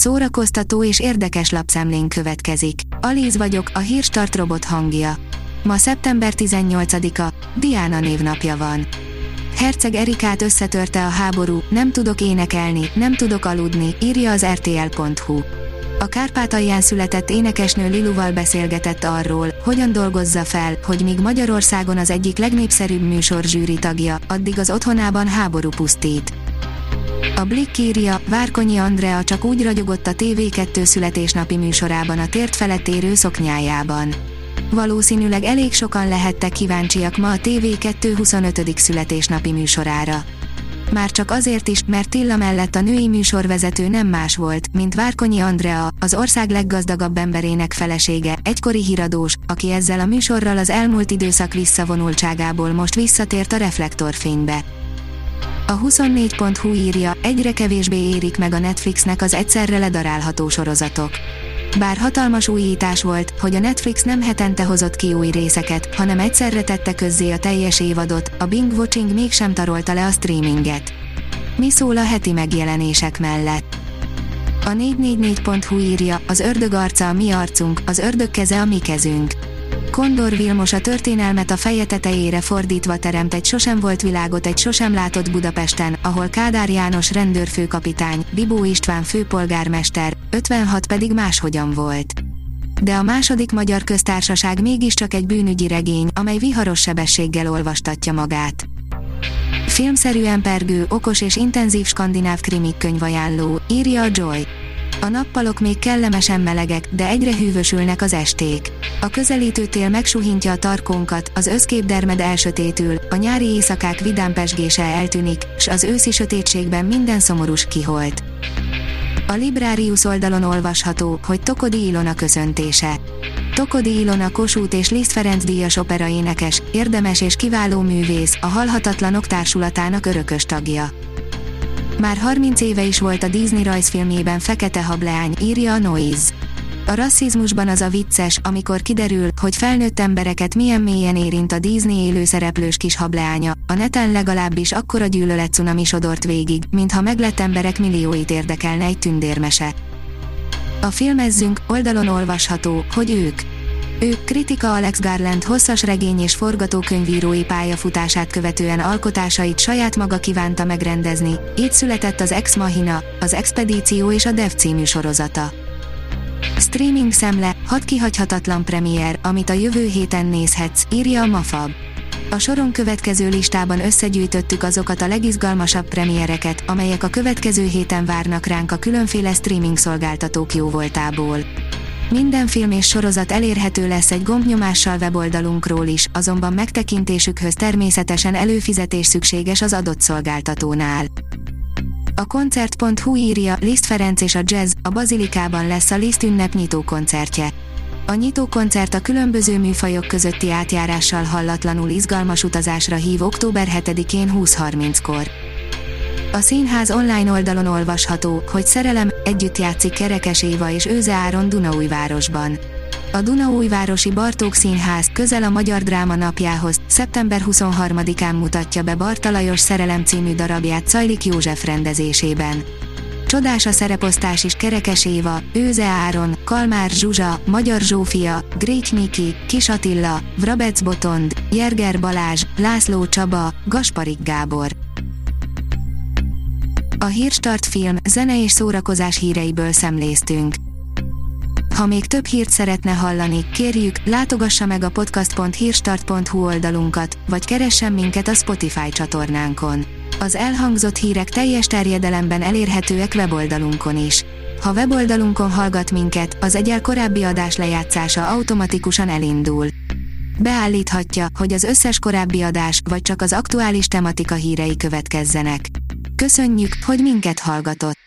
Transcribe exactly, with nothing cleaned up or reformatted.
szórakoztató és érdekes lapszemlén következik. Alíz vagyok, a Hírstart robot hangja. Ma szeptember tizennyolcadika, Diana névnapja van. Herceg Erikát összetörte a háború, nem tudok énekelni, nem tudok aludni, írja az er té el pont hu. A Kárpátalján született énekesnő Liluval beszélgetett arról, hogyan dolgozza fel, hogy míg Magyarországon az egyik legnépszerűbb műsor zsűri tagja, addig az otthonában háború pusztít. A Blick írja, Várkonyi Andrea csak úgy ragyogott a té vé kettő születésnapi műsorában a tért felett érő szoknyájában. Valószínűleg elég sokan lehettek kíváncsiak ma a té vé kettő huszonötödik születésnapi műsorára. Már csak azért is, mert Tilla mellett a női műsorvezető nem más volt, mint Várkonyi Andrea, az ország leggazdagabb emberének felesége, egykori híradós, aki ezzel a műsorral az elmúlt időszak visszavonultságából most visszatért a reflektorfénybe. A huszonnégy pont hu írja, egyre kevésbé érik meg a Netflixnek az egyszerre ledarálható sorozatok. Bár hatalmas újítás volt, hogy a Netflix nem hetente hozott ki új részeket, hanem egyszerre tette közzé a teljes évadot, a binge watching mégsem tarolta le a streaminget. Mi szól a heti megjelenések mellett? A négy négy négy pont hu írja, az ördög arca a mi arcunk, az ördög keze a mi kezünk. Kondor Vilmos a történelmet a feje tetejére fordítva teremt egy sosem volt világot egy sosem látott Budapesten, ahol Kádár János rendőrfőkapitány, Bibó István főpolgármester, ötvenhat pedig máshogyan volt. De a második magyar köztársaság mégiscsak egy bűnügyi regény, amely viharos sebességgel olvastatja magát. Filmszerűen pergő, okos és intenzív skandináv krimik könyvajánló, írja a Joy. A nappalok még kellemesen melegek, de egyre hűvösülnek az esték. A közelítő tél megsuhintja a tarkónkat, az összképdermed elsötétül, a nyári éjszakák vidám pezsgése eltűnik, s az őszi sötétségben minden szomorús kiholt. A Librarius oldalon olvasható, hogy Tokodi Ilona köszöntése. Tokodi Ilona Kossuth és Liszt Ferenc díjas operaénekes, érdemes és kiváló művész, a Halhatatlanok társulatának örökös tagja. Már harminc éve is volt a Disney rajzfilmjében fekete hableány, írja a Noise. A rasszizmusban az a vicces, amikor kiderül, hogy felnőtt embereket milyen mélyen érint a Disney élőszereplős kis hableánya, a neten legalábbis akkora gyűlöletcunami sodort végig, mintha meglett emberek millióit érdekelne egy tündérmese. A Filmezzünk oldalon olvasható, hogy ők. Ők kritika Alex Garland hosszas regény és forgatókönyvírói pályafutását követően alkotásait saját maga kívánta megrendezni, így született az Ex Machina, az Expedíció és a Dev című sorozata. Streaming szemle, hat kihagyhatatlan premier, amit a jövő héten nézhetsz, írja a Mafab. A soron következő listában összegyűjtöttük azokat a legizgalmasabb premiereket, amelyek a következő héten várnak ránk a különféle streaming szolgáltatók jóvoltából. Minden film és sorozat elérhető lesz egy gombnyomással weboldalunkról is, azonban megtekintésükhöz természetesen előfizetés szükséges az adott szolgáltatónál. A koncert pont hu írja, Liszt Ferenc és a jazz, a Bazilikában lesz a Liszt ünnep nyitókoncertje. A nyitókoncert a különböző műfajok közötti átjárással hallatlanul izgalmas utazásra hív október hetedikén húsz harminckor. A színház online oldalon olvasható, hogy Szerelem, együtt játszik Kerekes Éva és Őze Áron Dunaújvárosban. A Dunaújvárosi Bartók Színház közel a Magyar Dráma napjához, szeptember huszonharmadikán mutatja be Barta Lajos Szerelem című darabját Czajlik József rendezésében. Csodás a szereposztás is Kerekes Éva, Őze Áron, Kalmár Zsuzsa, Magyar Zsófia, Gréty Miki, Kis Attila, Vrabec Botond, Jerger Balázs, László Csaba, Gasparik Gábor. A Hírstart film, zene és szórakozás híreiből szemléztünk. Ha még több hírt szeretne hallani, kérjük, látogassa meg a podcast pont hírstart pont hu oldalunkat, vagy keressen minket a Spotify csatornánkon. Az elhangzott hírek teljes terjedelemben elérhetőek weboldalunkon is. Ha weboldalunkon hallgat minket, az egyel korábbi adás lejátszása automatikusan elindul. Beállíthatja, hogy az összes korábbi adás, vagy csak az aktuális tematika hírei következzenek. Köszönjük, hogy minket hallgatott!